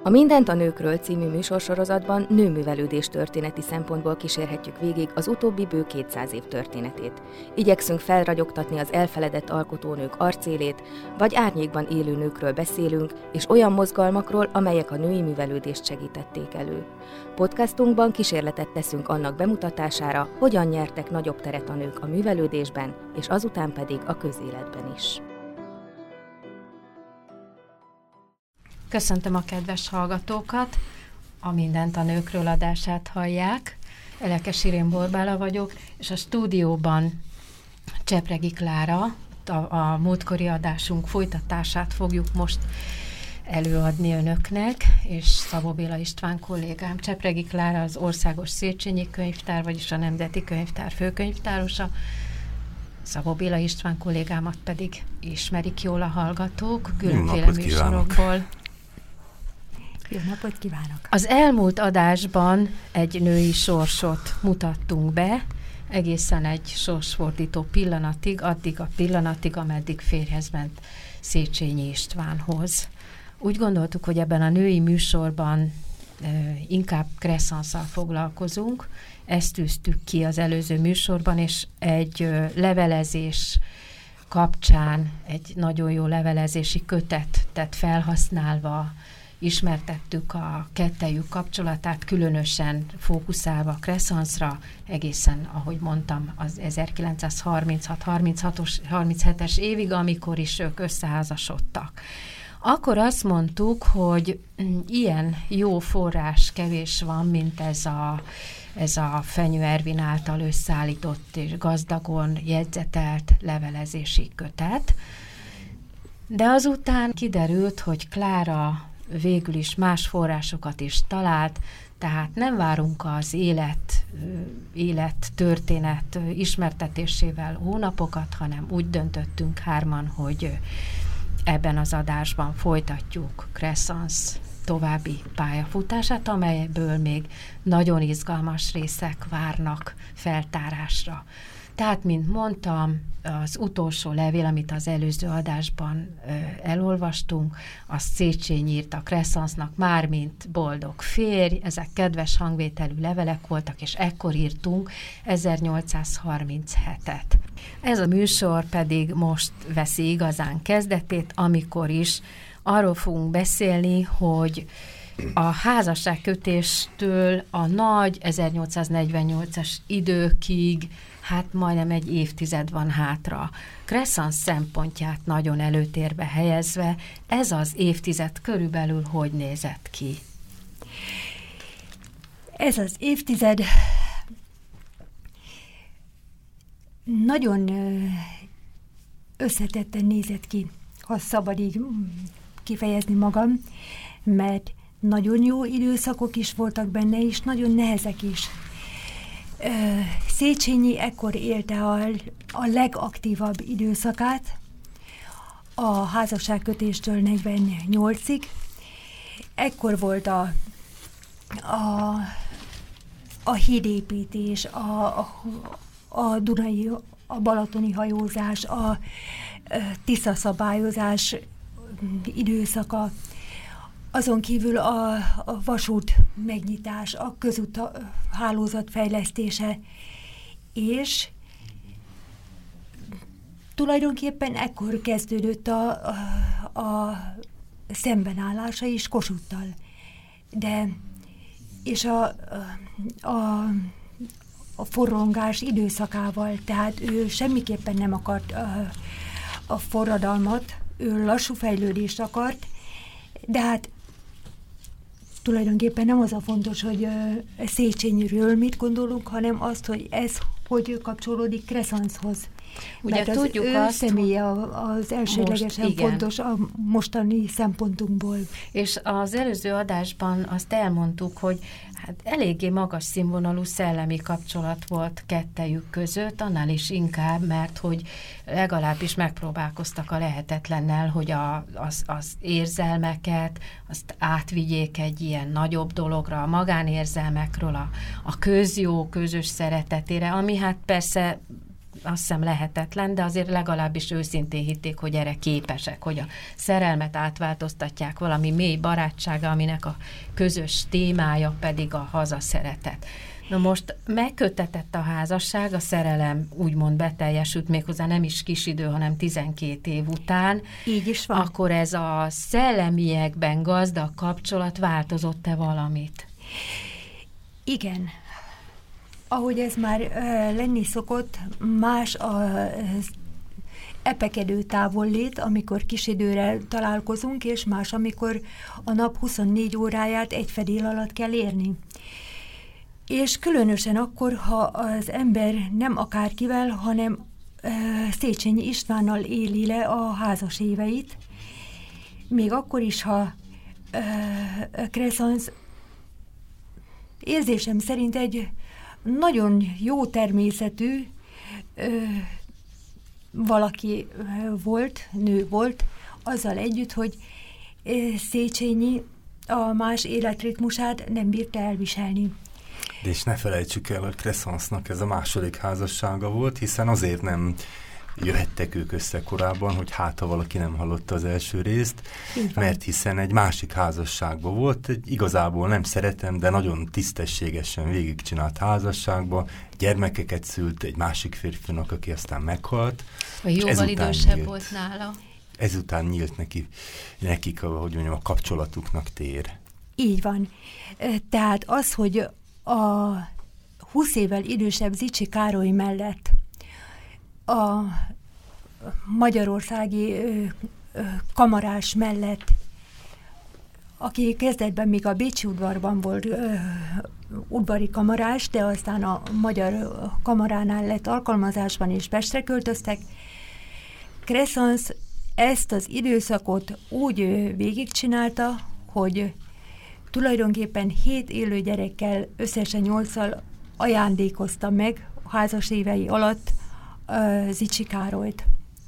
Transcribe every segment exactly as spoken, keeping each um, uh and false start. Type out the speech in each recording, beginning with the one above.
A Mindent a nőkről című műsorsorozatban nőművelődés történeti szempontból kísérhetjük végig az utóbbi bő kétszáz év történetét. Igyekszünk felragyogtatni az elfeledett alkotónők arcélét, vagy árnyékban élő nőkről beszélünk, és olyan mozgalmakról, amelyek a női művelődést segítették elő. Podcastunkban kísérletet teszünk annak bemutatására, hogyan nyertek nagyobb teret a nők a művelődésben, és azután pedig a közéletben is. Köszöntöm a kedves hallgatókat, a Mindent a nőkről adását hallják. Elekes Irén Borbála vagyok, és a stúdióban Csepregi Klára, a, a múltkori adásunk folytatását fogjuk most előadni önöknek, és Szabó Béla István kollégám. Csepregi Klára az Országos Széchenyi Könyvtár, vagyis a Nemzeti Könyvtár főkönyvtárosa. Szabó Béla István kollégámat pedig ismerik jól a hallgatók, különféle műsorokból. Jó napot kívánok! Az elmúlt adásban egy női sorsot mutattunk be, egészen egy sorsfordító pillanatig, addig a pillanatig, ameddig férjhez ment Széchenyi Istvánhoz. Úgy gondoltuk, hogy ebben a női műsorban e, inkább kresszanszal foglalkozunk, ezt tűztük ki az előző műsorban, és egy e, levelezés kapcsán egy nagyon jó levelezési kötetet felhasználva ismertettük a kettejük kapcsolatát, különösen fókuszálva kresszanszra, egészen, ahogy mondtam, az ezerkilencszázharminchat harminchetes évig, amikor is ők összeházasodtak. Akkor azt mondtuk, hogy ilyen jó forrás kevés van, mint ez a, ez a Fenyő Ervin által összeállított és gazdagon jegyzetelt levelezési kötet. De azután kiderült, hogy Klára végül is más forrásokat is talált, tehát nem várunk az élet, élet történet ismertetésével hónapokat, hanem úgy döntöttünk hárman, hogy ebben az adásban folytatjuk kresszansz további pályafutását, amelyből még nagyon izgalmas részek várnak feltárásra. Tehát, mint mondtam, az utolsó levél, amit az előző adásban ö, elolvastunk, azt Széchenyi írta kresszansznak, már mint boldog férj, ezek kedves hangvételű levelek voltak, és ekkor írtunk ezernyolcszázharminchetet. Ez a műsor pedig most veszi igazán kezdetét, amikor is arról fogunk beszélni, hogy a házasságkötéstől a nagy ezernyolcszáznegyvennyolcas időkig, hát majdnem egy évtized van hátra. Kresszansz szempontját nagyon előtérbe helyezve, ez az évtized körülbelül hogy nézett ki? Ez az évtized nagyon összetetten nézett ki, ha szabad így kifejezni magam, mert nagyon jó időszakok is voltak benne, és nagyon nehezek is. Széchenyi ekkor élte a, a legaktívabb időszakát, a házasságkötéstől negyvennyolcig. Ekkor volt a, a, a hídépítés, a, a, a Dunai, a balatoni hajózás, a Tisza szabályozás időszaka, azon kívül a, a vasút megnyitás, a közút hálózat fejlesztése, és tulajdonképpen ekkor kezdődött a, a, a szembenállása is Kossuthtal. De, és a, a, a forrongás időszakával, tehát ő semmiképpen nem akart a, a forradalmat, ő lassú fejlődést akart, de hát tulajdonképpen nem az a fontos, hogy uh, Széchenyiről mit gondolunk, hanem azt, hogy ez hogy kapcsolódik kresszanszhoz. Ugye mert tudjuk az ő azt, személye az elsődlegesen most, fontos a mostani szempontunkból. És az előző adásban azt elmondtuk, hogy hát eléggé magas színvonalú szellemi kapcsolat volt kettejük között, annál is inkább, mert hogy legalábbis megpróbálkoztak a lehetetlennel, hogy a, az, az érzelmeket, azt átvigyék egy ilyen nagyobb dologra, a magánérzelmekről, a, a közjó, közös szeretetére, ami hát persze azt hiszem lehetetlen, de azért legalábbis őszintén hitték, hogy erre képesek, hogy a szerelmet átváltoztatják valami mély barátsága, aminek a közös témája pedig a hazaszeretet. Na most megköttetett a házasság, a szerelem úgymond beteljesült, méghozzá nem is kis idő, hanem tizenkét év után. Így is van. Akkor ez a szellemiekben gazdag kapcsolat változott-e valamit? Igen. Ahogy ez már uh, lenni szokott, más a uh, epekedő távollét, amikor kis időre találkozunk, és más, amikor a nap huszonnégy óráját egy fedél alatt kell érni. És különösen akkor, ha az ember nem akárkivel, hanem uh, Széchenyi Istvánnal éli le a házas éveit, még akkor is, ha uh, Crescens érzésem szerint egy nagyon jó természetű ö, valaki volt, nő volt, azzal együtt, hogy Széchenyi a más életritmusát nem bírta elviselni. De és ne felejtsük el, hogy Crescensnak ez a második házassága volt, hiszen azért nem jöhettek ők össze korábban, hogy hát, ha valaki nem hallotta az első részt, mert hiszen egy másik házasságban volt, egy igazából nem szeretem, de nagyon tisztességesen végigcsinált házasságban, gyermekeket szült egy másik férfinak, aki aztán meghalt. A jóval idősebb nyílt, volt nála. Ezután nyílt neki, nekik, ahogy mondjam, a kapcsolatuknak tér. Így van. Tehát az, hogy a húsz évvel idősebb Zichy Károly mellett a magyarországi ö, ö, kamarás mellett, aki kezdetben még a bécsi udvarban volt ö, udvari kamarás, de aztán a magyar kamaránál lett alkalmazásban és Pestre költöztek. Crescens ezt az időszakot úgy ö, végigcsinálta, hogy tulajdonképpen hét élő gyerekkel, összesen nyolccal ajándékozta meg a házas évei alatt Zichy Károlyt.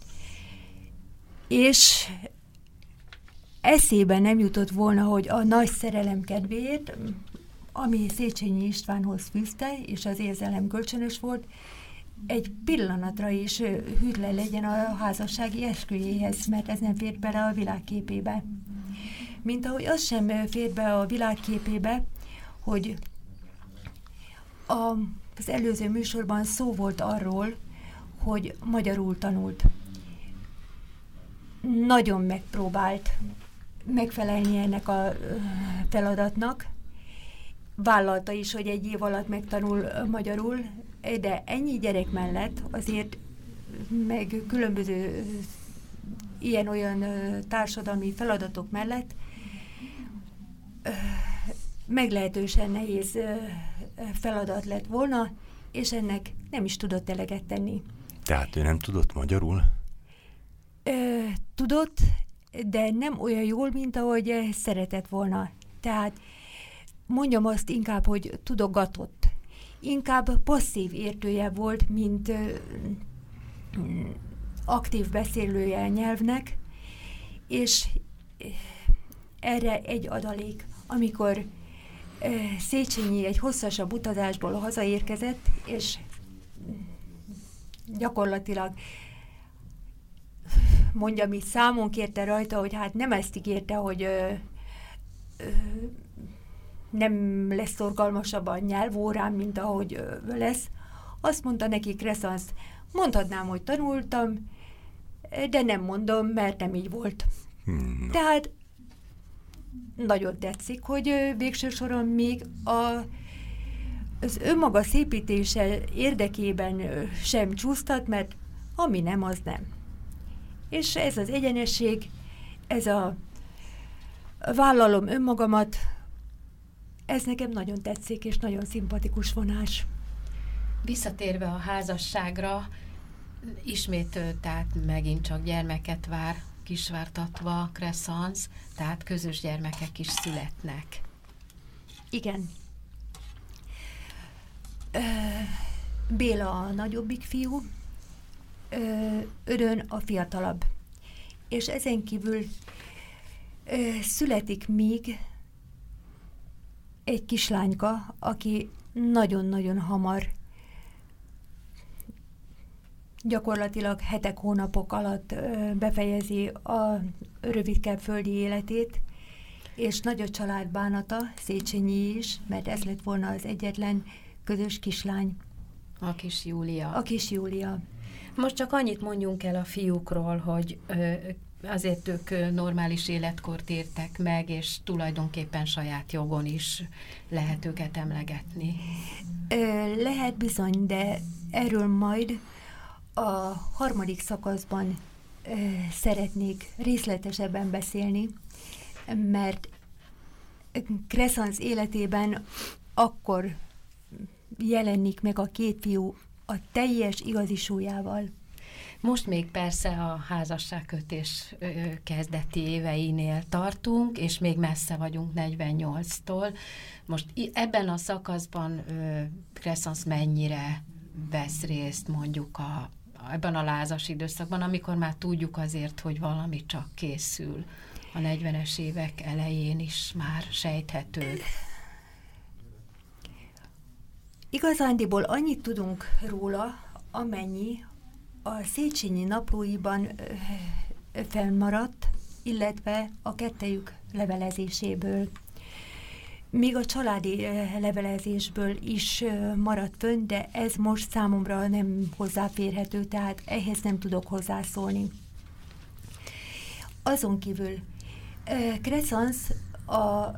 És eszébe nem jutott volna, hogy a nagy szerelem kedvéért, ami Széchenyi Istvánhoz fűzte, és az érzelem kölcsönös volt, egy pillanatra is hűtlen legyen a házassági esküjéhez, mert ez nem fér bele a világképébe. Mint ahogy az sem fér be a világképébe, hogy a, az előző műsorban szó volt arról, hogy magyarul tanult. Nagyon megpróbált megfelelni ennek a feladatnak. Vállalta is, hogy egy év alatt megtanul magyarul, de ennyi gyerek mellett azért meg különböző ilyen-olyan társadalmi feladatok mellett meglehetősen nehéz feladat lett volna, és ennek nem is tudott eleget tenni. Tehát ő nem tudott magyarul? Ö, tudott, de nem olyan jól, mint ahogy szeretett volna. Tehát mondjam azt inkább, hogy tudogatott. Inkább passzív értője volt, mint ö, aktív beszélője a nyelvnek, és erre egy adalék, amikor ö, Széchenyi egy hosszasabb utazásból hazaérkezett, és gyakorlatilag mondjam így, számon kérte rajta, hogy hát nem ezt ígérte, hogy ö, ö, nem lesz szorgalmasabb a nyelvórán, mint ahogy ö, lesz. Azt mondta neki Crescens, mondhatnám, hogy tanultam, de nem mondom, mert nem így volt. Hmm. Tehát nagyon tetszik, hogy ö, végső soron még a az önmaga szépítése érdekében sem csúsztat, mert ami nem, az nem. És ez az egyenesség, ez a vállalom önmagamat, ez nekem nagyon tetszik, és nagyon szimpatikus vonás. Visszatérve a házasságra, ismét, tehát megint csak gyermeket vár, kisvártatva Crescens, tehát közös gyermekek is születnek. Igen. Béla a nagyobbik fiú, Ödön a fiatalabb. És ezen kívül születik még egy kislányka, aki nagyon-nagyon hamar gyakorlatilag hetek, hónapok alatt befejezi a rövidkebb földi életét, és nagy a család bánata, Széchenyi is, mert ez lett volna az egyetlen közös kislány. A kis Júlia. A kis Júlia. Most csak annyit mondjunk el a fiúkról, hogy ö, azért ők normális életkort értek meg, és tulajdonképpen saját jogon is lehet őket emlegetni. Ö, lehet bizony, de erről majd a harmadik szakaszban ö, szeretnék részletesebben beszélni, mert Crescens életében akkor jelenik meg a két fiú a teljes igazi súlyával. Most még persze a házasságkötés kezdeti éveinél tartunk, és még messze vagyunk negyvennyolctól. Most ebben a szakaszban Crescens mennyire vesz részt mondjuk a, ebben a lázas időszakban, amikor már tudjuk azért, hogy valami csak készül. A negyvenes évek elején is már sejthető. Igazándiból annyit tudunk róla, amennyi a Széchenyi naplóiban ö, fennmaradt, illetve a kettejük levelezéséből. Még a családi ö, levelezésből is ö, maradt fönn, de ez most számomra nem hozzáférhető, tehát ehhez nem tudok hozzászólni. Azon kívül ö, Crescens a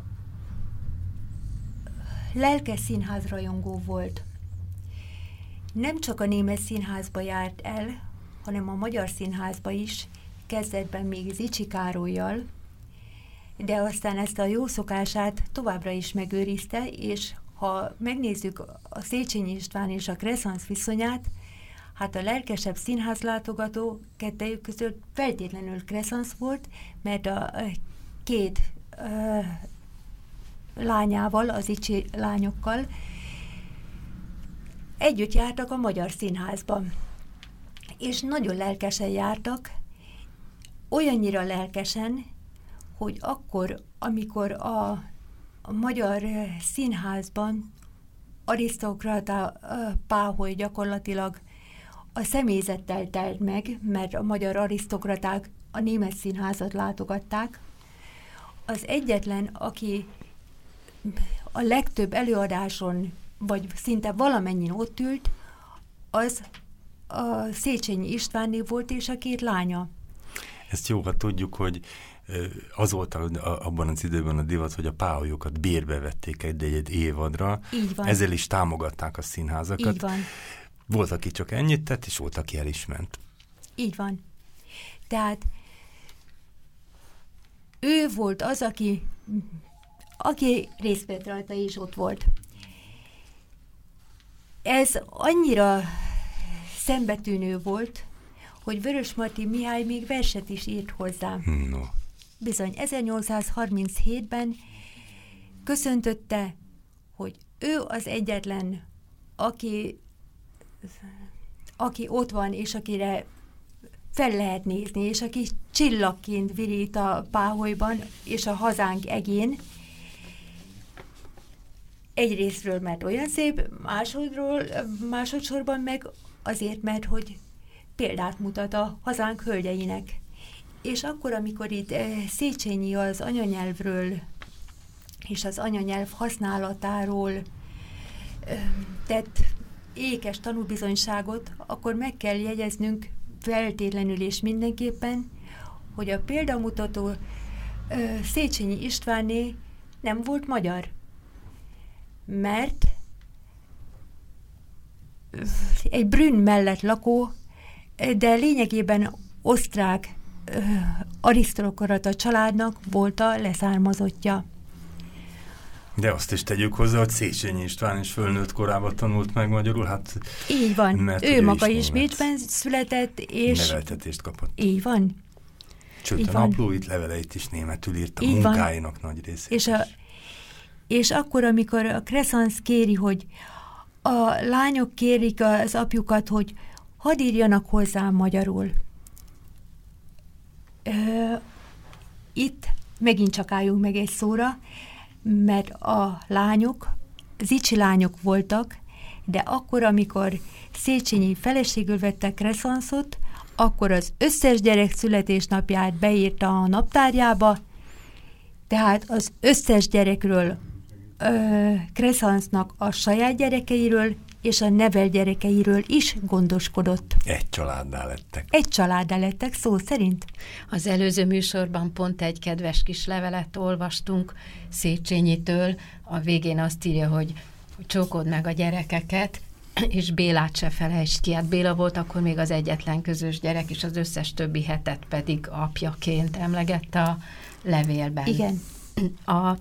lelkes színházrajongó volt. Nem csak a német színházba járt el, hanem a magyar színházba is, kezdetben még Zichy Károllyal, de aztán ezt a jó szokását továbbra is megőrizte, és ha megnézzük a Széchenyi István és a Crescens viszonyát, hát a lelkesebb színházlátogató kettejük között feltétlenül Crescens volt, mert a két uh, lányával, az Zichy lányokkal együtt jártak a Magyar Színházban. És nagyon lelkesen jártak, olyannyira lelkesen, hogy akkor, amikor a, a Magyar Színházban arisztokrata páholy gyakorlatilag a személyzettel telt meg, mert a magyar arisztokraták a német színházat látogatták, az egyetlen, aki a legtöbb előadáson, vagy szinte valamennyin ott ült, az a Széchenyi Istvánné volt, és a két lánya. Ezt jó, ha tudjuk, hogy az volt abban az időben a divat, hogy a pályokat bérbe vették egy-egy évadra. Így van. Ezzel is támogatták a színházakat. Így van. Volt, aki csak ennyit tett, és volt, aki el is ment. Így van. Tehát ő volt az, aki, aki részt vett rajta, és ott volt. Ez annyira szembetűnő volt, hogy Vörösmarty Mihály még verset is írt hozzá. No. Bizony, ezernyolcszázharminchétben köszöntötte, hogy ő az egyetlen, aki, aki ott van, és akire fel lehet nézni, és aki csillagként virít a páholyban, és a hazánk egén. Egyrésztről, mert olyan szép, másodról, másodszorban meg azért, mert hogy példát mutat a hazánk hölgyeinek. És akkor, amikor itt Széchenyi az anyanyelvről és az anyanyelv használatáról tett ékes tanúbizonyságot, akkor meg kell jegyeznünk feltétlenül és mindenképpen, hogy a példamutató Széchenyi Istvánné nem volt magyar. Mert egy Brünn mellett lakó, de lényegében osztrák uh, arisztokrata családnak volt a leszármazottja. De azt is tegyük hozzá, hogy Széchenyi István is fölnőtt korában tanult meg magyarul, hát... Így van, mert ő maga is, is Bécsben született, és... neveltetést kapott. Így van. Sőt, így a van. Naplóit, leveleit is németül írt, a így munkáinak van. Nagy részét és, a, és akkor, amikor a Crescens kéri, hogy a lányok kérik az apjukat, hogy hadd írjanak hozzá magyarul. Ö, itt megint csak álljunk meg egy szóra, mert a lányok, Zichy lányok voltak, de akkor, amikor Széchenyi feleségül vette Kresszanszot, akkor az összes gyerek születésnapját beírta a naptárjába, tehát az összes gyerekről, Kresszansznak a saját gyerekeiről és a nevel gyerekeiről is gondoskodott. Egy családdá lettek. Egy családdá lettek, szó szerint. Az előző műsorban pont egy kedves kis levelet olvastunk Széchenyitől. A végén azt írja, hogy csókold meg a gyerekeket, és Bélát se felejtsd ki. Hát Béla volt akkor még az egyetlen közös gyerek, és az összes többi hetet pedig apjaként emlegette a levélben. Igen. A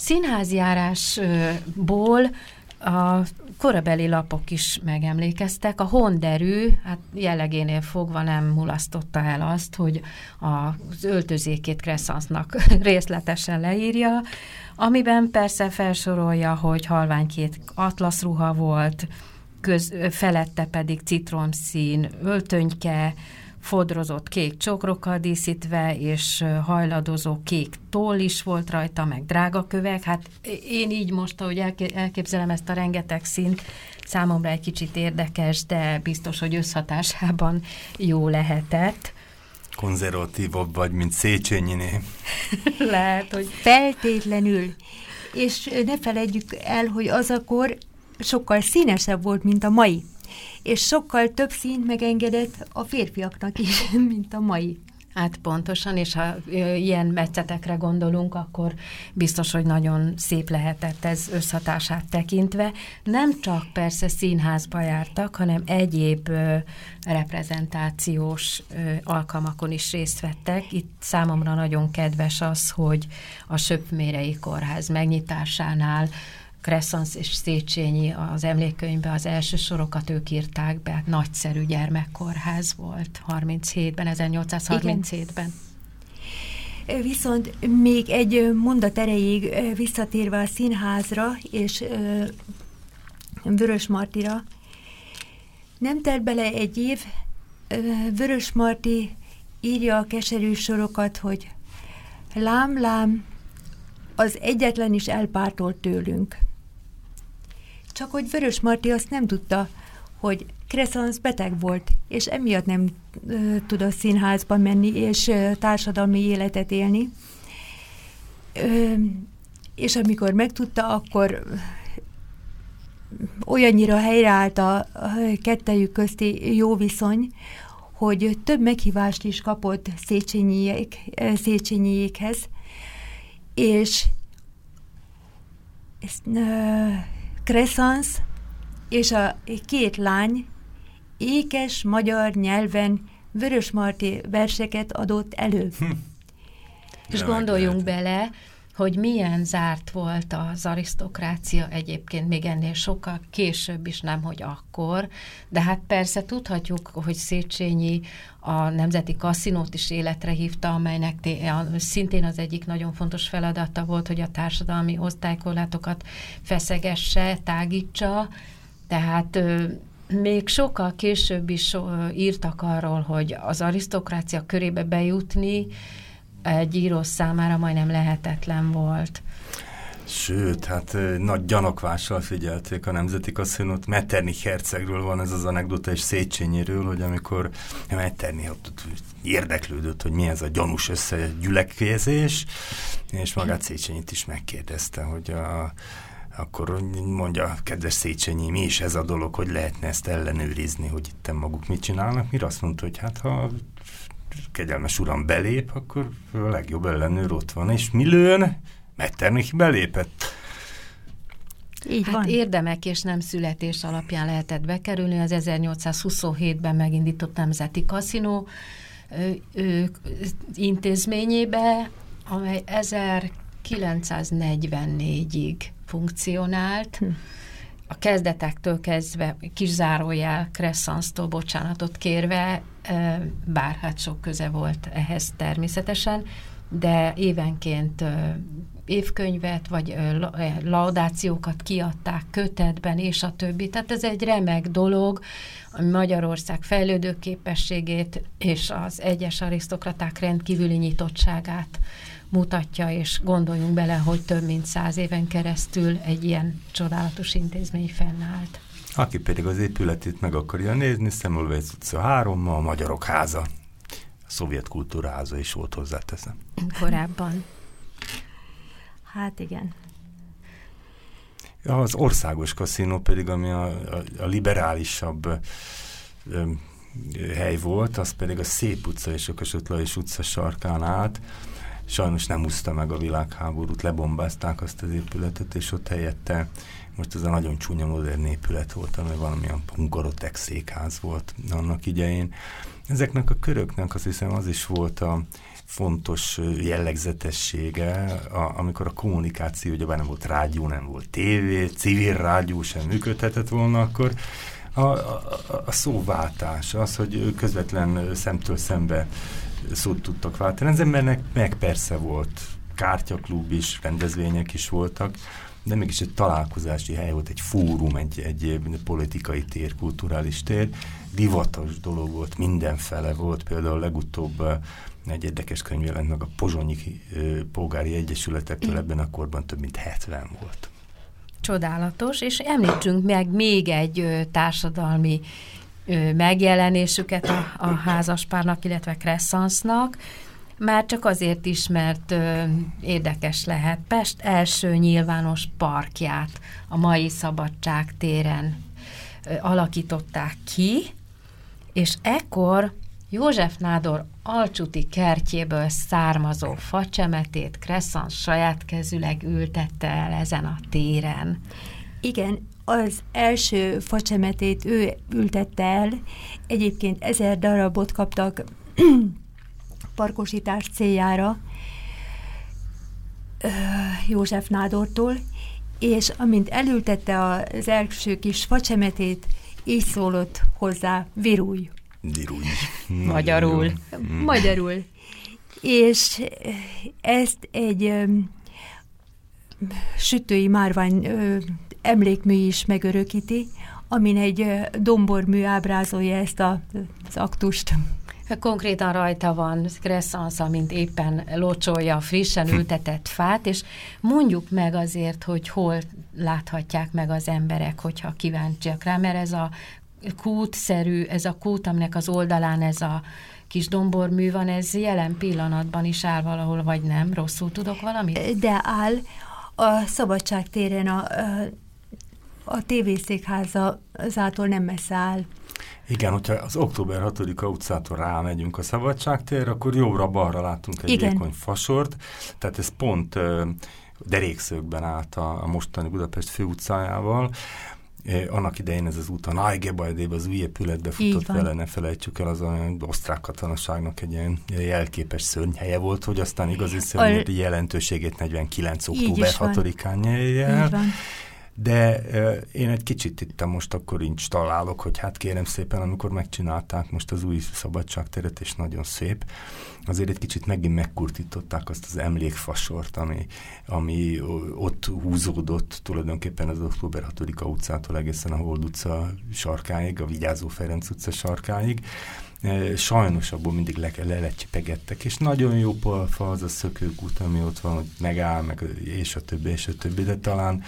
színházjárásból a korabeli lapok is megemlékeztek. A honderű, hát jellegénél fogva nem mulasztotta el azt, hogy az öltözékét Kresszansznak részletesen leírja, amiben persze felsorolja, hogy halványkét atlaszruha volt, köz, felette pedig citromszín öltönyke, fodrozott kék csokrokkal díszítve, és hajladozó kék toll is volt rajta, meg drágakövek. Hát én így most, ahogy elképzelem ezt a rengeteg színt, számomra egy kicsit érdekes, de biztos, hogy összhatásában jó lehetett. Konzervatívabb vagy, mint Széchenyiné. Lehet, hogy... Feltétlenül. És ne feledjük el, hogy az akkor sokkal színesebb volt, mint a mai. És sokkal több színt megengedett a férfiaknak is, mint a mai. Hát pontosan, és ha ilyen metszetekre gondolunk, akkor biztos, hogy nagyon szép lehetett ez összhatását tekintve. Nem csak persze színházba jártak, hanem egyéb ö, reprezentációs ö, alkalmakon is részt vettek. Itt számomra nagyon kedves az, hogy a Söpfmérei Kórház megnyitásánál Kresszansz és Széchenyi az emlékkönyvben az első sorokat ők írták be, nagyszerű gyermekkórház volt harminchétben, ezernyolcszázharminchétben. Igen. Viszont még egy mondat erejéig visszatérve a színházra és Vörösmartyra, nem telt bele egy év, Vörösmarty írja a keserű sorokat, hogy lám, lám, az egyetlen is elpártolt tőlünk. Csak hogy Vörösmarty azt nem tudta, hogy Kresszansz beteg volt, és emiatt nem ö, tud a színházba menni, és ö, társadalmi életet élni. Ö, és amikor megtudta, akkor olyannyira helyreállt a, a kettejük közti jó viszony, hogy több meghívást is kapott Széchenyiék, Széchenyiékhez, és Kresszansz és a két lány ékes magyar nyelven Vörösmarty verseket adott elő. Hm. És gondoljunk bele, hogy milyen zárt volt az arisztokrácia egyébként még ennél sokkal később is, nem hogy akkor, de hát persze tudhatjuk, hogy Széchenyi a Nemzeti Kaszinót is életre hívta, amelynek szintén az egyik nagyon fontos feladata volt, hogy a társadalmi osztálykorlátokat feszegesse, tágítsa, tehát még sokkal később is írtak arról, hogy az arisztokrácia körébe bejutni egy írós számára majdnem lehetetlen volt. Sőt, hát nagy gyanakvással figyelték a Nemzeti Kaszinót. Metternich hercegről van ez az anekdota, és Széchenyiről, hogy amikor Metternich érdeklődött, hogy mi ez a gyanús összegyülekezés, és magát Széchenyit is megkérdezte, hogy a, akkor mondja, kedves Széchenyi, mi is ez a dolog, hogy lehetne ezt ellenőrizni, hogy itten maguk mit csinálnak. Mire azt mondta, hogy hát ha kegyelmes uram belép, akkor a legjobb ellenőr ott van. És mi lőn? Metternich belépett. Így hát van. Érdemek és nem születés alapján lehetett bekerülni az ezernyolcszázhuszonhétben megindított Nemzeti Kaszinó ö, ö, intézményébe, amely ezerkilencszáznegyvennégyig funkcionált. Hm. A kezdetektől kezdve kis zárójel Kresszansztól bocsánatot kérve, bár hát sok köze volt ehhez természetesen, de évenként évkönyvet, vagy laudációkat kiadták kötetben, és a többi. Tehát ez egy remek dolog, ami Magyarország fejlődő képességét és az egyes arisztokraták rendkívüli nyitottságát mutatja, és gondoljunk bele, hogy több mint száz éven keresztül egy ilyen csodálatos intézmény fennállt. Aki pedig az épületét meg akarja nézni, Semmelweis utca három, a Magyarok háza. A szovjet kultúraháza is volt, hozzáteszem. Korábban. Hát igen. Az országos kaszinó pedig, ami a, a, a liberálisabb ö, hely volt, az pedig a Szép utca és a Kossuth Lajos utca sarkán állt. Sajnos nem úszta meg a világháborút, lebombázták azt az épületet, és ott helyette most ez a nagyon csúnya modern épület volt, ami valamilyen Hungarotek székház volt annak idején. Ezeknek a köröknek azt hiszem az is volt a fontos jellegzetessége, a, amikor a kommunikáció, ugye nem volt rádió, nem volt tévé, civil rádió sem működhetett volna, akkor a, a, a szóváltás, az, hogy közvetlen szemtől szembe szót tudtak váltani. Az embernek meg persze volt kártyaklub is, rendezvények is voltak, de mégis egy találkozási hely volt, egy fórum, egy, egy politikai tér, kulturális tér. Divatos dolog volt, mindenfele volt, például legutóbb egy érdekes könyv jelent meg a Pozsonyi Polgári Egyesületektől, ebben a korban több mint hetven volt. Csodálatos, és említsünk meg még egy ö, társadalmi ö, megjelenésüket a, a házaspárnak, illetve Kresszansznak, már csak azért is, mert ö, érdekes lehet. Pest első nyilvános parkját a mai Szabadság téren ö, alakították ki, és ekkor József nádor alcsuti kertjéből származó facsemetét Kresszansz saját kezüleg ültette el ezen a téren. Igen, az első facsemetét ő ültette el, egyébként ezer darabot kaptak parkosítás céljára József nádortól, és amint elültette az első kis facsemetét, így szólott hozzá: virulj. Virulj. Magyarul. Magyarul. És ezt egy ö, sütői márvány ö, emlékmű is megörökíti, amin egy ö, dombormű ábrázolja ezt a, az aktust. Konkrétan rajta van Kresszansz, amint éppen locsolja a frissen ültetett fát, és mondjuk meg azért, hogy hol láthatják meg az emberek, hogyha kíváncsiak rá, mert ez a kútszerű, ez a kút, aminek az oldalán ez a kis dombormű van, ez jelen pillanatban is áll valahol, vagy nem? Rosszul tudok valamit? De áll a Szabadság téren a, a tévészékházától nem messze áll. Igen, hogyha az október hatodika utcától rámegyünk a Szabadság térre, akkor jobbra-balra látunk egy Igen. vékony fasort, tehát ez pont uh, derékszögben állt a, a mostani Budapest főutcájával. Eh, annak idején ez az út a Nagygebajdebe, az új épületbe futott vele, ne felejtsük el, az a osztrák katonaságnak egy ilyen jelképes szörnyhelye volt, hogy aztán igazi szörny jelentőségét negyvenkilenc október hatodikán nyerje el. De uh, én egy kicsit itt most akkor nincs találok, hogy hát kérem szépen, amikor megcsinálták most az új Szabadságteret, és nagyon szép, azért egy kicsit megint megkurtították azt az emlékfasort, ami, ami ott húzódott tulajdonképpen az október hatodika utcától egészen a Hold utca sarkáig, a Vigyázó Ferenc utca sarkáig. Sajnos abból mindig le, le lecsipegettek, és nagyon jó palfa az a szökőkút, ami ott van, hogy megáll, meg, és a többi, és a többi, de talán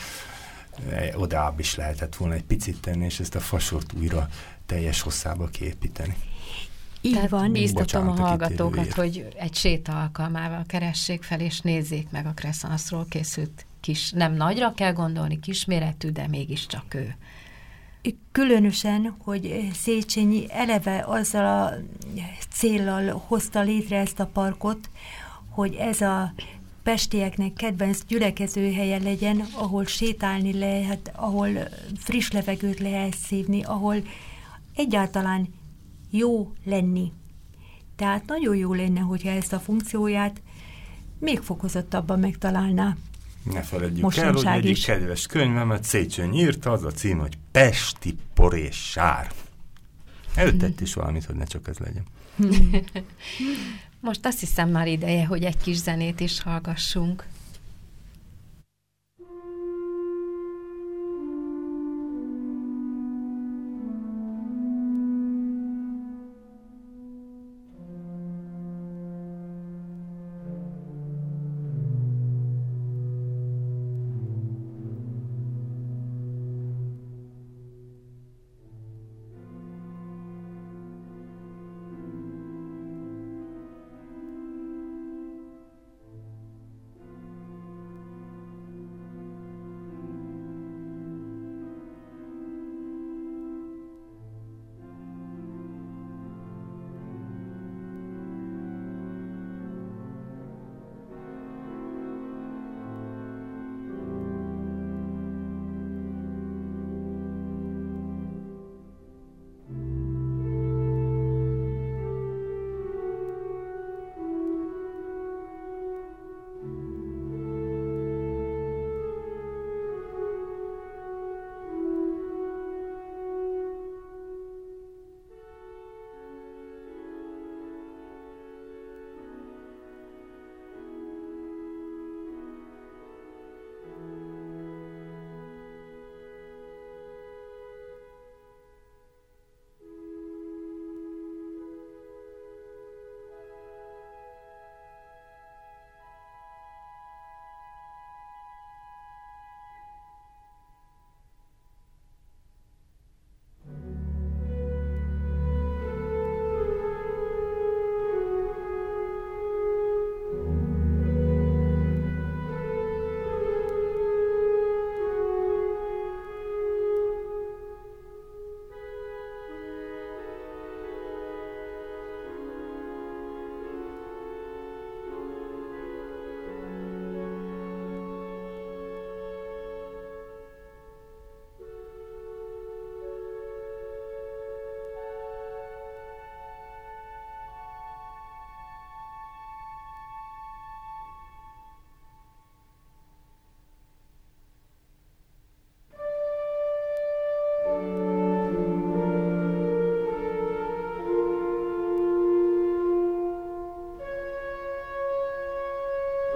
odább is lehetett volna egy picit tenni, és ezt a fasort újra teljes hosszába kiépíteni. Így Tehát van. bíztatom Bocsánat, a hallgatókat, kitérőért. hogy egy séta alkalmával keressék fel, és nézzék meg a Kresszanszról készült kis, nem nagyra kell gondolni, kisméretű, de mégiscsak ő. Különösen, hogy Széchenyi eleve azzal a céllal hozta létre ezt a parkot, hogy ez a pestieknek kedvenc gyülekezőhelye legyen, ahol sétálni lehet, ahol friss levegőt lehet szívni, ahol egyáltalán jó lenni. Tehát nagyon jó lenne, hogyha ezt a funkcióját még fokozottabban megtalálná. Ne feledjük Mostanság el, hogy egyik is. kedves könyvemet Széchenyi írta, az a cím, hogy Pesti por és sár. Előtett is valamit, hogy ne csak ez legyen. Most azt hiszem már ideje, hogy egy kis zenét is hallgassunk.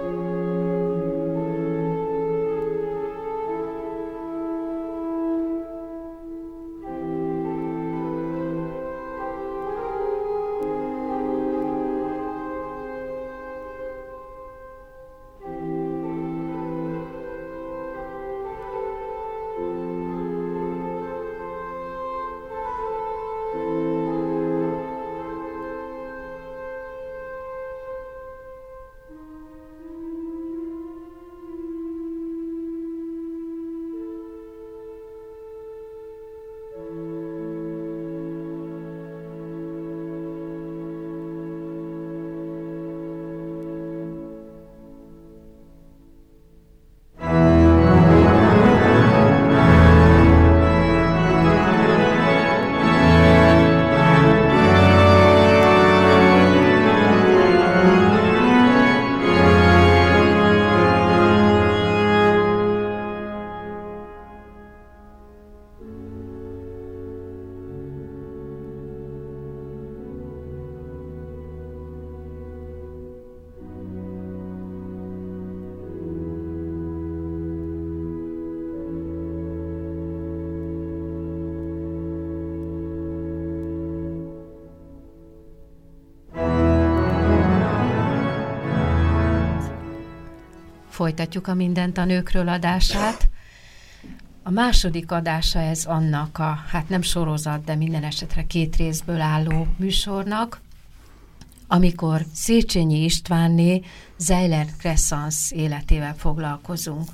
Folytatjuk a Mindent a nőkről adását. A második adása ez annak a, hát nem sorozat, de minden esetre két részből álló műsornak, amikor Széchenyi Istvánné Zeiler Crescence életével foglalkozunk.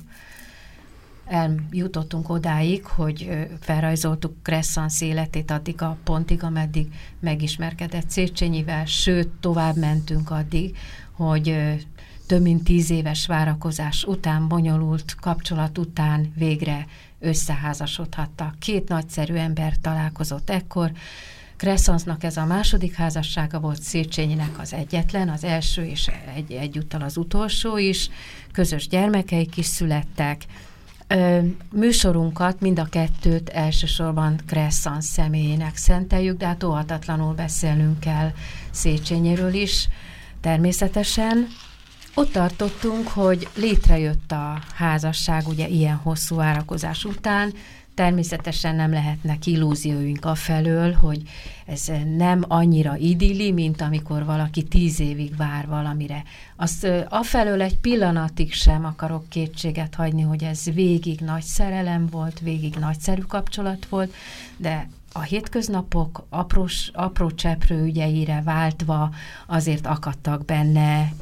Eljutottunk odáig, hogy felrajzoltuk Crescence életét addig a pontig, ameddig megismerkedett Széchenyivel, sőt, tovább mentünk addig, hogy több mint tíz éves várakozás után, bonyolult kapcsolat után végre összeházasodhattak. Két nagyszerű ember találkozott ekkor. Crescence-nak ez a második házassága volt, Széchenyinek az egyetlen, az első és egy, egyúttal az utolsó is. Közös gyermekeik is születtek. Ö, műsorunkat, mind a kettőt elsősorban Crescence személyének szenteljük, de hát óhatatlanul beszélnünk kell Széchenyiről is, természetesen. Ott tartottunk, hogy létrejött a házasság, ugye ilyen hosszú várakozás után, természetesen nem lehetnek illúzióink afelől, hogy ez nem annyira idilli, mint amikor valaki tíz évig vár valamire. Azt afelől egy pillanatig sem akarok kétséget hagyni, hogy ez végig nagy szerelem volt, végig nagyszerű kapcsolat volt, de a hétköznapok aprós, apró cseprő ügyeire váltva azért akadtak benne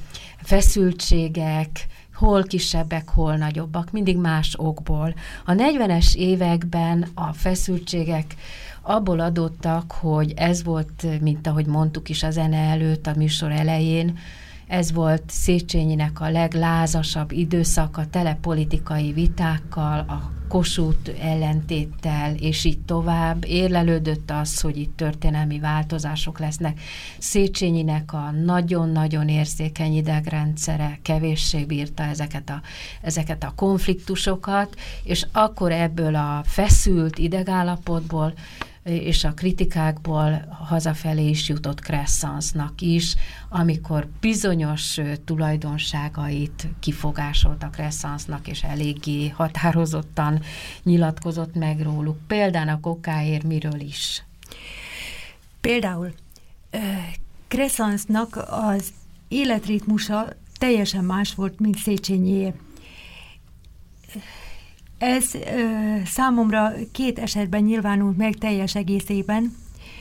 feszültségek, hol kisebbek, hol nagyobbak, mindig más okból. A negyvenes években a feszültségek abból adottak, hogy ez volt, mint ahogy mondtuk is a zene előtt, a műsor elején, ez volt Széchenyinek a leglázasabb időszaka, tele politikai vitákkal, a Kossuth ellentéttel, és így tovább. Érlelődött az, hogy itt történelmi változások lesznek. Széchenyinek a nagyon-nagyon érzékeny idegrendszere kevéssé bírta ezeket a, ezeket a konfliktusokat, és akkor ebből a feszült idegállapotból és a kritikákból hazafelé is jutott Crescence-nak is, amikor bizonyos tulajdonságait kifogásolta Crescence-nak, és eléggé határozottan nyilatkozott meg róluk. Például okáért miről is? Például Crescence-nak az életritmusa teljesen más volt, mint Széchenyié. Ez ö, számomra két esetben nyilvánult meg teljes egészében.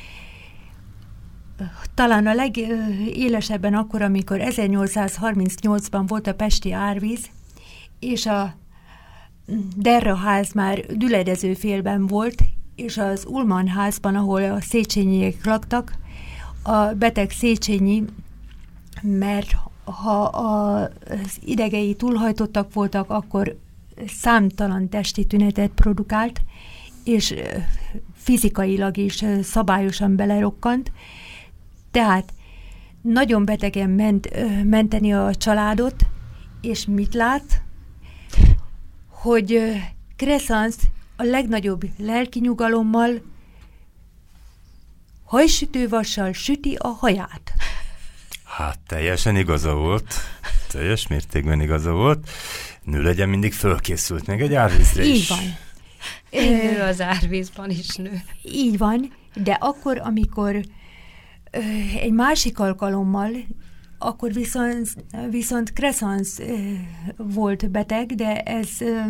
Talán a legélesebben akkor, amikor ezernyolcszázharmincnyolcban volt a pesti árvíz, és a Derra ház már düledező félben volt, és az Ullmann házban, ahol a Széchenyiek laktak, a beteg Széchenyi, mert ha az idegei túlhajtottak voltak, akkor számtalan testi tünetet produkált, és fizikailag is szabályosan belerokkant. Tehát nagyon betegen ment, menteni a családot, és mit lát? Hogy Crescence a legnagyobb lelki nyugalommal hajsütővassal süti a haját. Hát teljesen igaza volt. Teljes mértékben igaza volt. Nő legyen mindig fölkészült, meg egy árvízre is. Így van. Egy nő az árvízban is nő. Így van, de akkor, amikor ö, egy másik alkalommal, akkor viszont, viszont Crescens ö, volt beteg, de ez ö,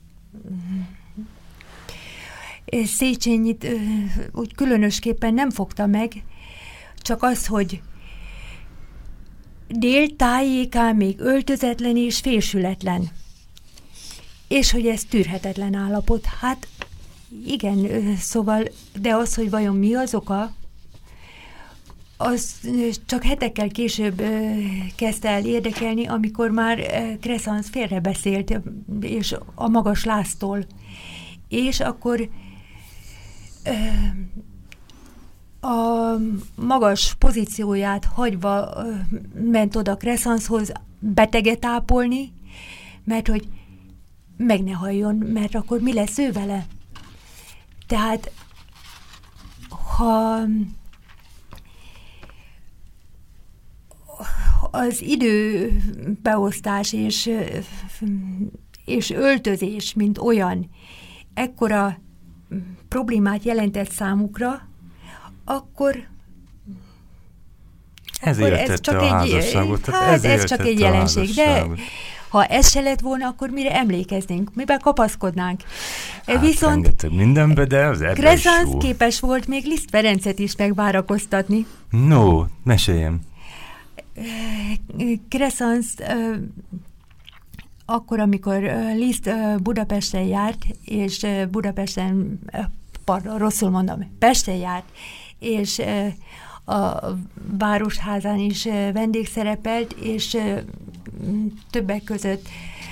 Széchenyit ö, úgy különösképpen nem fogta meg, csak az, hogy dél tájékán még öltözetlen és fésületlen. És hogy ez tűrhetetlen állapot. Hát igen, szóval, de az, hogy vajon mi az oka, az csak hetekkel később kezdte el érdekelni, amikor már Crescens félrebeszélt, és a magas láztól. És akkor a magas pozícióját hagyva ment oda Crescenshoz beteget ápolni, mert hogy meg ne halljon, mert akkor mi lesz ő vele? Tehát, ha az időbeosztás és, és öltözés, mint olyan, ekkora problémát jelentett számukra, akkor ez akkor ez csak egy, hát ez csak egy jelenség, de ha ez se lett volna, akkor mire emlékeznénk, miben kapaszkodnánk. Hát viszont mindenbe, de az ebben Crescens képes volt még Liszt Ferencet is megvárakoztatni. No, meséljem. Crescens akkor, amikor Liszt Budapesten járt, és Budapesten, pardon, rosszul mondom, Pesten járt, és a Városházán is vendégszerepelt, és többek között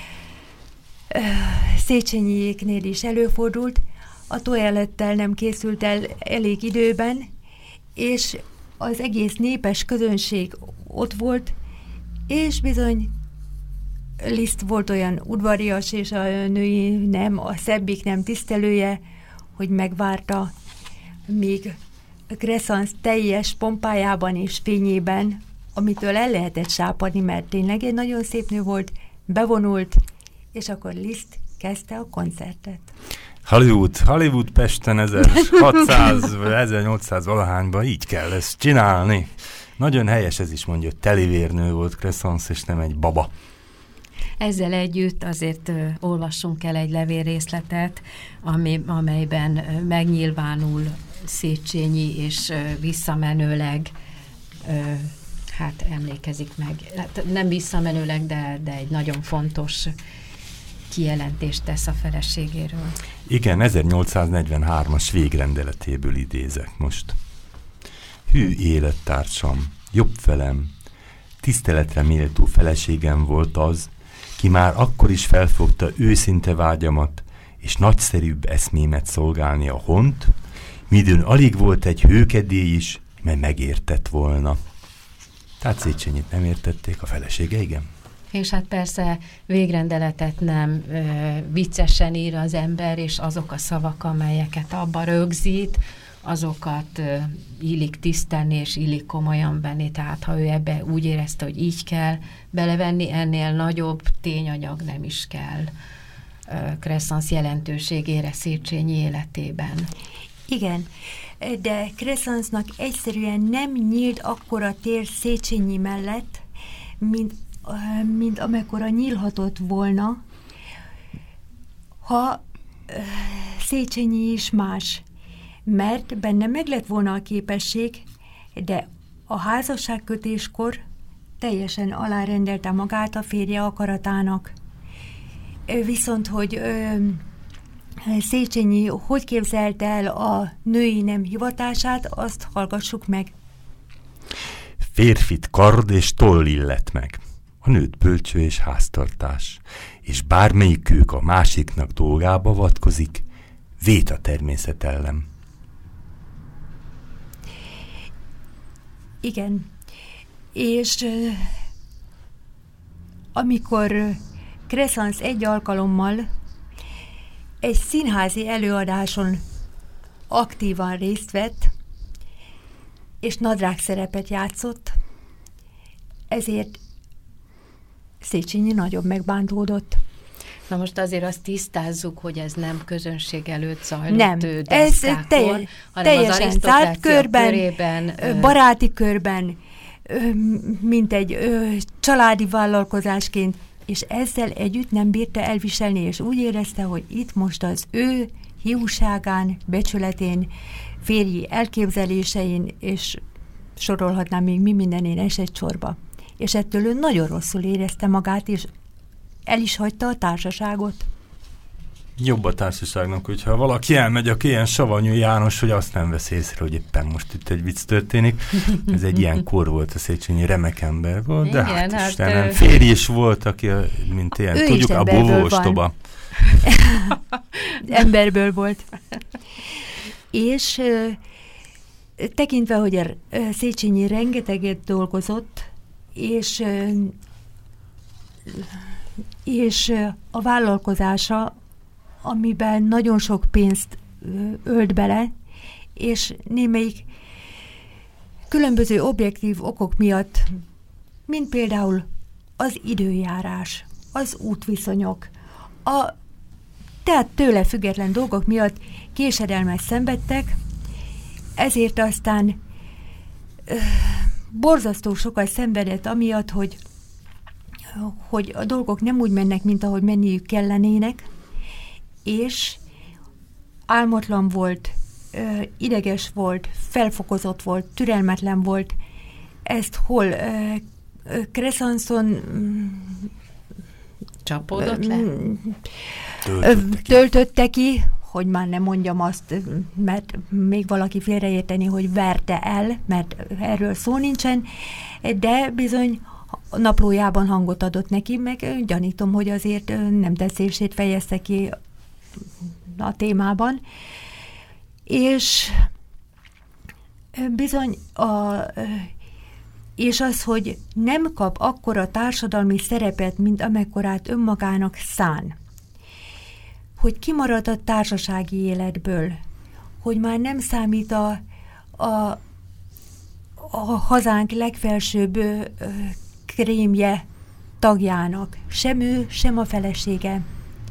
Széchenyiéknél is előfordult, a tojálettel nem készült el elég időben, és az egész népes közönség ott volt, és bizony Liszt volt olyan udvarias, és a női nem, a szebbik nem tisztelője, hogy megvárta, míg Crescens teljes pompájában és fényében, amitől el lehetett sápadni, mert tényleg egy nagyon szép nő volt, bevonult, és akkor Liszt kezdte a koncertet. Hollywood, Hollywood Pesten ezerhatszáz vagy ezernyolcszáz valahányban így kell ezt csinálni. Nagyon helyes ez is, mondja, telivérnő volt Crescens, és nem egy baba. Ezzel együtt azért ö, olvassunk el egy levélrészletet, ami, amelyben ö, megnyilvánul Széchenyi, és ö, visszamenőleg ö, hát emlékezik meg. Hát nem visszamenőleg, de, de egy nagyon fontos kijelentést tesz a feleségéről. Igen, ezernyolcszáznegyvenhármas végrendeletéből idézek most. Hű élettársam, jobb felem, tiszteletre méltó feleségem volt az, ki már akkor is felfogta őszinte vágyamat, és nagyszerűbb eszmémet szolgálni a hont, midőn alig volt egy hőkedély is, mely megértett volna. Tehát Széchenyit nem értették, a felesége igen. És hát persze végrendeletet nem ö, viccesen ír az ember, és azok a szavak, amelyeket abba rögzít, azokat ö, illik tisztelni, és illik komolyan venni. Tehát ha ő ebbe úgy érezte, hogy így kell belevenni, ennél nagyobb tényanyag nem is kell ö, Crescens jelentőségére Széchenyi életében. Igen, de Crescensnak egyszerűen nem nyílt akkora tér Széchenyi mellett, mint, mint amekkora nyílhatott volna, ha Széchenyi is más, mert benne meg lett volna a képesség, de a házasságkötéskor teljesen alárendelte magát a férje akaratának. Viszont, hogy Széchenyi hogy képzelte el a női nem hivatását, azt hallgassuk meg. Férfit kard és toll illet meg, a nőt bölcső és háztartás, és bármelyikük a másiknak dolgába avatkozik, vét a természet ellen. Igen, és uh, amikor uh, Crescens egy alkalommal egy színházi előadáson aktívan részt vett, és nadrág szerepet játszott, ezért Széchenyi nagyon megbántódott. Na most azért azt tisztázzuk, hogy ez nem közönség előtt zajlott nem, deszkákon, ez telj, hanem teljesen zárt körben, körében, baráti körben, mint egy családi vállalkozásként, és ezzel együtt nem bírta elviselni, és úgy érezte, hogy itt most az ő hiúságán, becsületén, férji elképzelésein, és sorolhatnám még mi mindenén esett sorba. És ettől ő nagyon rosszul érezte magát, és el is hagyta a társaságot. Jobb a társaságnak, hogyha valaki elmegy, aki ilyen savanyú János, hogy azt nem vesz észre, hogy éppen most itt egy vicc történik. Ez egy ilyen kor volt, a Széchenyi remek ember volt, de igen, hát Istenem, ő... férj is volt, aki, mint ilyen, ő tudjuk, a búvó ostoba. Emberből volt. És ö, tekintve, hogy a Széchenyi rengeteget dolgozott, és ö, és a vállalkozása, amiben nagyon sok pénzt ölt bele, és némelyik különböző objektív okok miatt, mint például az időjárás, az útviszonyok, a, tehát tőle független dolgok miatt késedelmet szenvedtek, ezért aztán ö, borzasztó sokat szenvedett amiatt, hogy hogy a dolgok nem úgy mennek, mint ahogy menniük kellenének, és álmatlan volt, ideges volt, felfokozott volt, türelmetlen volt. Ezt hol Crescenson csapódott le? Töltötte, töltötte ki, hogy már nem mondjam azt, mert még valaki félreérteni, hogy verte el, mert erről szó nincsen, de bizony naplójában hangot adott neki, meg gyanítom, hogy azért nem tetszését fejezte ki a témában. És bizony a, és az, hogy nem kap akkora társadalmi szerepet, mint amekkorát önmagának szán. Hogy kimarad a társasági életből, hogy már nem számít a, a, a hazánk legfelsőbb krémje tagjának, sem ő, sem a felesége.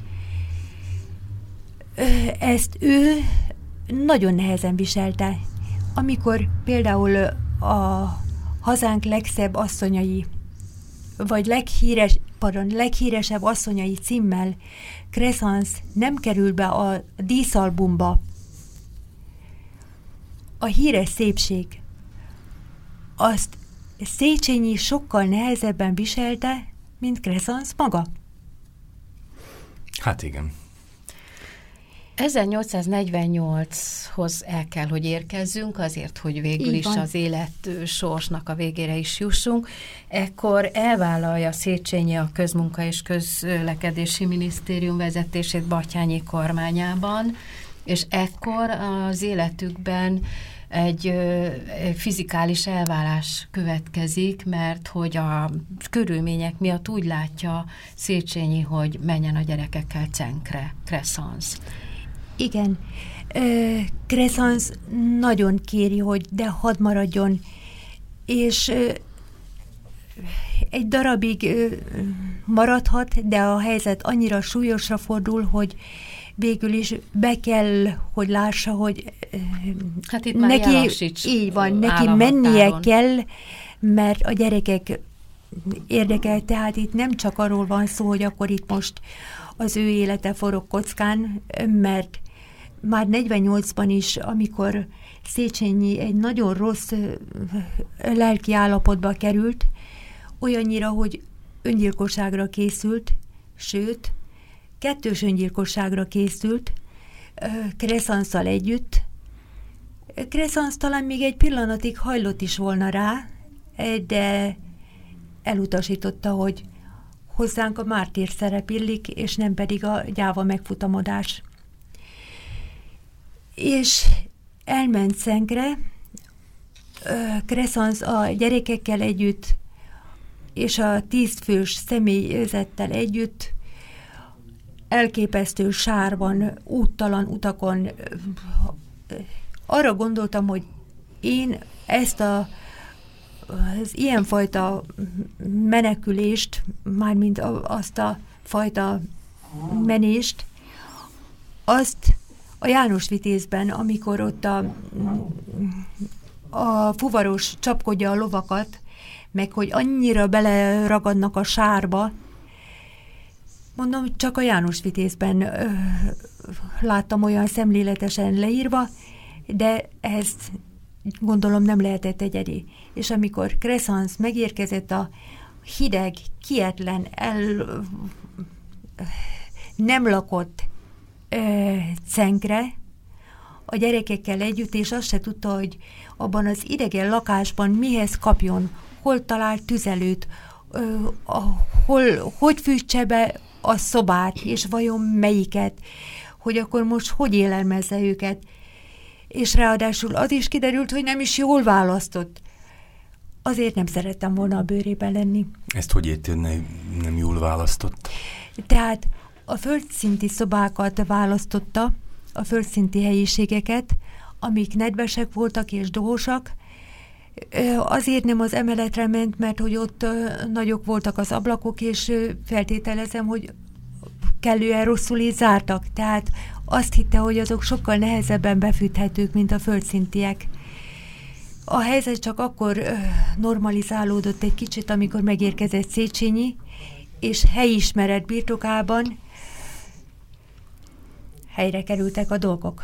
Ezt ő nagyon nehezen viselte. Amikor például a hazánk legszebb asszonyai, vagy leghíres, pardon, leghíresebb asszonyai címmel Crescence nem kerül be a díszalbumba, a híres szépség, azt Széchenyi sokkal nehezebben viselte, mint Crescence maga. Hát igen. ezernyolcszáznegyvennyolchoz el kell, hogy érkezzünk, azért, hogy végül is az élet sorsnak a végére is jussunk. Ekkor elvállalja Széchenyi a Közmunka és Közlekedési Minisztérium vezetését Batthyány kormányában, és ekkor az életükben egy ö, fizikális elválás következik, mert hogy a körülmények miatt úgy látja Széchenyi, hogy menjen a gyerekekkel Cenkre, Crescence. Igen. Crescence nagyon kéri, hogy de hadd maradjon, és ö, egy darabig ö, maradhat, de a helyzet annyira súlyosra fordul, hogy végül is be kell, hogy lássa, hogy hát itt már neki, így van, neki mennie kell, mert a gyerekek érdekel, tehát itt nem csak arról van szó, hogy akkor itt most az ő élete forog kockán, mert már negyvennyolcban is, amikor Széchenyi egy nagyon rossz lelki állapotba került, olyannyira, hogy öngyilkosságra készült, sőt, kettős öngyilkosságra készült, Crescence-szal együtt. Crescence talán még egy pillanatig hajlott is volna rá, de elutasította, hogy hozzánk a mártír szerep illik, és nem pedig a gyáva megfutamodás. És elment Cenkre, Crescence a gyerekekkel együtt, és a tízfős személyzettel együtt, elképesztő sárban, úttalan utakon. Arra gondoltam, hogy én ezt a az ilyenfajta menekülést, mármint azt a fajta menést, azt a János Vitézben, amikor ott a, a fuvaros csapkodja a lovakat, meg hogy annyira beleragadnak a sárba, mondom, csak a János Vitézben ö, láttam olyan szemléletesen leírva, de ezt gondolom nem lehetett egyedi. És amikor Crescens megérkezett a hideg, kietlen, el, nem lakott ö, cenkre, a gyerekekkel együtt, és azt se tudta, hogy abban az idegen lakásban mihez kapjon, hol talált tüzelőt, ö, a, hol, hogy fűtse be a szobát, és vajon melyiket, hogy akkor most hogy élelmezze őket. És ráadásul az is kiderült, hogy nem is jól választott. Azért nem szerettem volna a bőrében lenni. Ezt hogy érti, hogy nem, nem jól választott? Tehát a földszinti szobákat választotta, a földszinti helyiségeket, amik nedvesek voltak és dohosak. Azért nem az emeletre ment, mert hogy ott nagyok voltak az ablakok, és feltételezem, hogy kellően rosszul is zártak. Tehát azt hitte, hogy azok sokkal nehezebben befűthetők, mint a földszintiek. A helyzet csak akkor normalizálódott egy kicsit, amikor megérkezett Széchenyi, és helyismeret birtokában helyre kerültek a dolgok.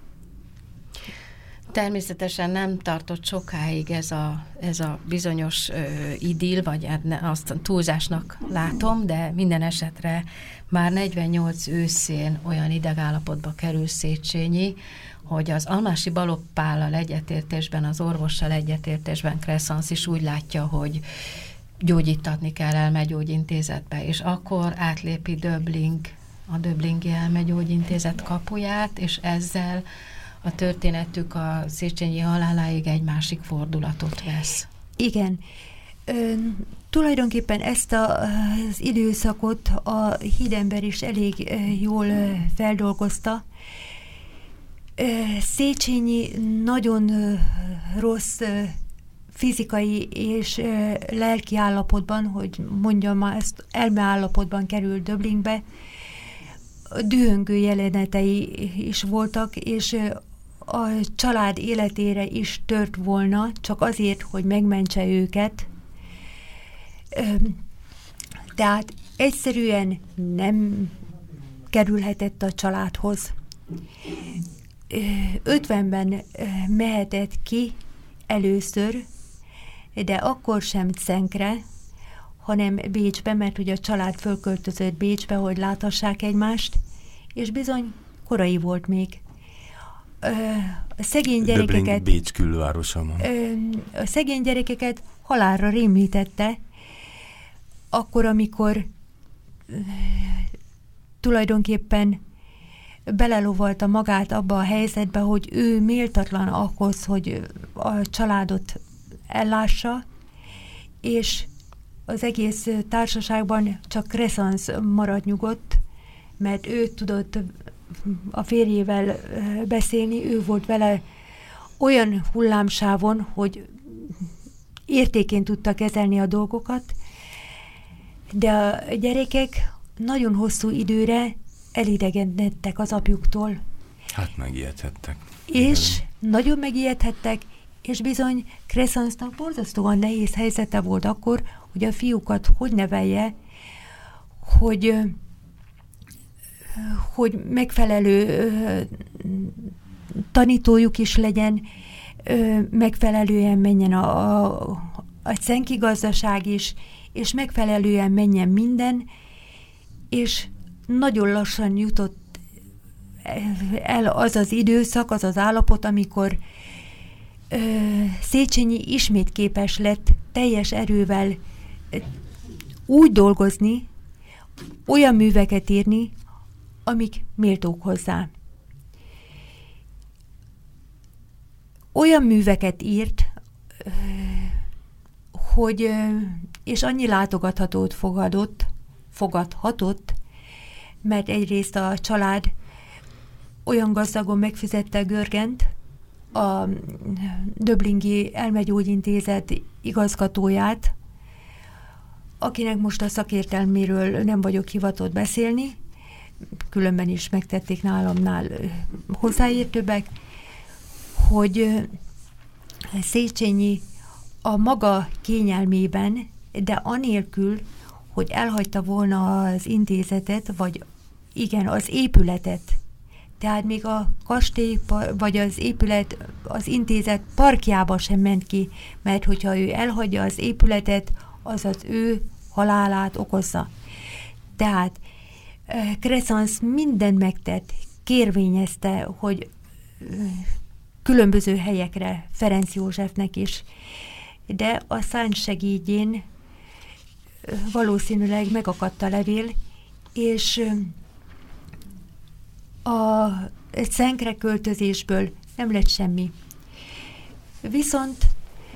Természetesen nem tartott sokáig ez a, ez a bizonyos ö, idill, vagy azt túlzásnak látom, de minden esetre már negyvennyolc őszén olyan idegállapotba kerül Széchenyi, hogy az Almási Balogh Pállal egyetértésben, az orvossal egyetértésben Crescens is úgy látja, hogy gyógyítatni kell, elmegyógyintézetbe, és akkor átlépi Döbling, a Döblingi elmegyógyintézet kapuját, és ezzel a történetük a Széchenyi haláláig egy másik fordulatot vesz. Igen. Ö, tulajdonképpen ezt a, az időszakot a hídember is elég ö, jól ö, feldolgozta. Ö, Széchenyi nagyon ö, rossz ö, fizikai és ö, lelki állapotban, hogy mondjam már, ezt elmeállapotban került Döblingbe. Dühöngő jelenetei is voltak, és ö, a család életére is tört volna, csak azért, hogy megmentse őket. Tehát egyszerűen nem kerülhetett a családhoz. ötvenben mehetett ki először, de akkor sem Cenkre, hanem Bécsbe, mert ugye a család fölköltözött Bécsbe, hogy láthassák egymást, és bizony korai volt még. A szegény gyerekeket, Bécs külvárosa ma. A szegény gyerekeket halálra rémítette, akkor, amikor tulajdonképpen belelovalta magát abba a helyzetbe, hogy ő méltatlan ahhoz, hogy a családot ellássa, és az egész társaságban csak Crescens maradt nyugodt, mert ő tudott a férjével beszélni, ő volt vele olyan hullámsávon, hogy értékén tudta kezelni a dolgokat, de a gyerekek nagyon hosszú időre elidegenedtek az apjuktól. Hát megijedhettek. És igen. Nagyon megijedhettek, és bizony Crescensnak borzasztóan nehéz helyzete volt akkor, hogy a fiúkat hogy nevelje, hogy hogy megfelelő ö, tanítójuk is legyen, ö, megfelelően menjen a, a, a cenki gazdaság is, és megfelelően menjen minden, és nagyon lassan jutott el az az időszak, az az állapot, amikor ö, Széchenyi ismét képes lett teljes erővel ö, úgy dolgozni, olyan műveket írni, amik méltók hozzá. Olyan műveket írt, hogy, és annyi látogathatót fogadott, fogadhatott, mert egyrészt a család olyan gazdagon megfizette Görgent, a Döblingi Elmegyógyintézet igazgatóját, akinek most a szakértelméről nem vagyok hivatott beszélni, különben is megtették nálamnál hozzáértőbbek, hogy Széchenyi a maga kényelmében, de anélkül, hogy elhagyta volna az intézetet, vagy igen, az épületet. Tehát még a kastély, vagy az épület, az intézet parkjába sem ment ki, mert hogyha ő elhagyja az épületet, az az ő halálát okozza. Tehát Crescens mindent megtett, kérvényezte, hogy különböző helyekre, Ferenc Józsefnek is, de a szánt segédjén valószínűleg megakadt a levél, és a Szenkre költözésből nem lett semmi. Viszont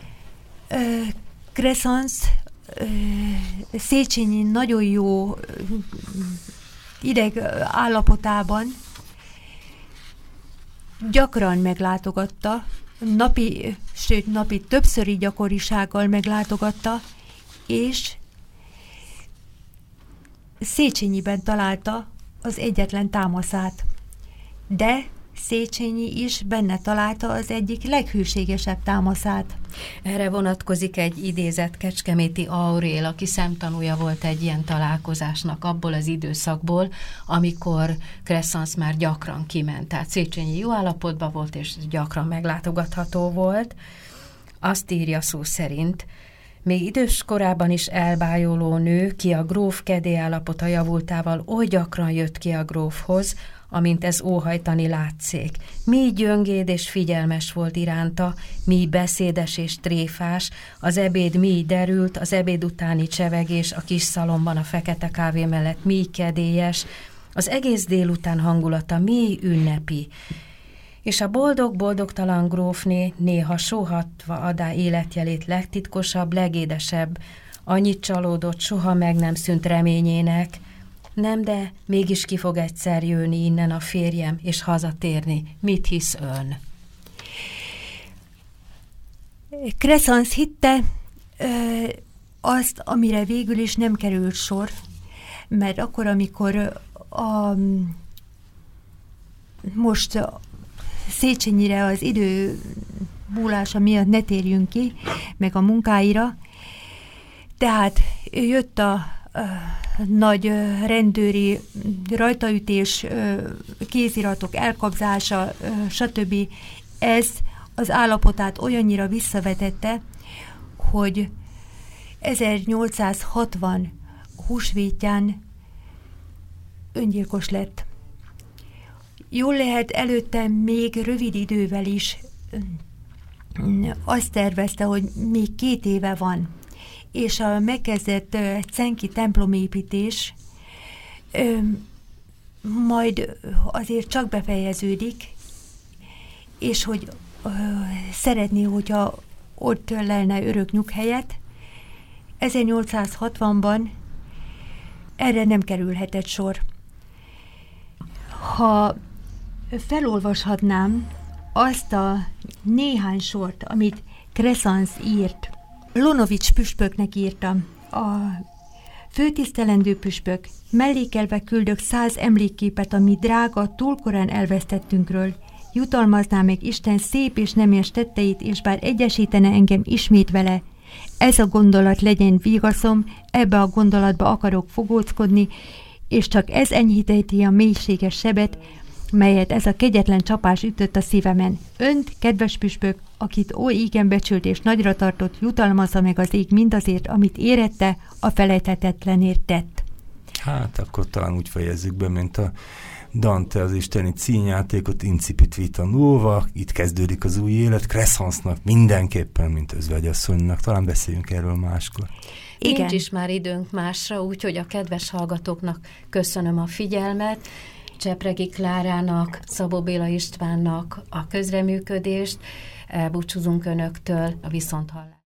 Crescens Széchenyi nagyon jó ideg állapotában gyakran meglátogatta, napi, sőt napi többszöri gyakorisággal meglátogatta, és Széchenyiben találta az egyetlen támaszát. De Széchenyi is benne találta az egyik leghűségesebb támaszát. Erre vonatkozik egy idézet Kecskeméti Aurél, aki szemtanúja volt egy ilyen találkozásnak abból az időszakból, amikor Crescens már gyakran kiment. Tehát Széchenyi jó állapotban volt, és gyakran meglátogatható volt. Azt írja szó szerint: még idős korában is elbájoló nő, ki a gróf kedélyállapota javultával oly gyakran jött ki a grófhoz, amint ez óhajtani látszék. Mi gyöngéd és figyelmes volt iránta, mi beszédes és tréfás, az ebéd mi derült, az ebéd utáni csevegés a kis szalomban a fekete kávé mellett mi kedélyes, az egész délután hangulata mi ünnepi. És a boldog-boldogtalan grófné néha sóhatva adá életjelét legtitkosabb, legédesebb, annyit csalódott, soha meg nem szűnt reményének. Nem, de mégis ki fog egyszer jönni innen a férjem, és hazatérni. Mit hisz ön? Crescens hitte ö, azt, amire végül is nem került sor, mert akkor, amikor a, most Széchenyire az idő múlása miatt ne térjünk ki, meg a munkáira, tehát jött a, a nagy rendőri rajtaütés, kéziratok elkobzása, stb. Ez az állapotát olyannyira visszavetette, hogy ezernyolcszázhatvan húsvétján öngyilkos lett. Jól lehet, előtte még rövid idővel is azt tervezte, hogy még két éve van, és a megkezdett cenki templomépítés majd azért csak befejeződik, és hogy szeretné, hogyha ott lenne örök nyughelyet. ezernyolcszázhatvanban erre nem kerülhetett sor. Ha felolvashatnám azt a néhány sort, amit Crescens írt, Lonovics püspöknek írtam. A főtisztelendő püspök, mellékelve küldök száz emlékképet, ami drága, túl korán elvesztettünkről. Jutalmazná meg Isten szép és nemes tetteit, és bár egyesítene engem ismét vele. Ez a gondolat legyen vigaszom, ebbe a gondolatba akarok fogóckodni, és csak ez enyhítheti a mélységes sebet, melyet ez a kegyetlen csapás ütött a szívemen. Önt, kedves püspök, akit ó igen becsült és nagyra tartott, jutalmazza meg az ég mindazért, amit érette, a felejthetetlenért tett. Hát akkor talán úgy fejezzük be, mint a Dante az isteni címjátékot, Incipit vita nuova, itt kezdődik az új élet, Crescensnak mindenképpen, mint özvegyasszonynak. Talán beszéljünk erről máskor. Igen. Nincs is már időnk másra, úgyhogy a kedves hallgatóknak köszönöm a figyelmet, Csepregi Klárának, Szabó Béla Istvánnak a közreműködést, elbúcsúzunk önöktől, a viszonthallásra.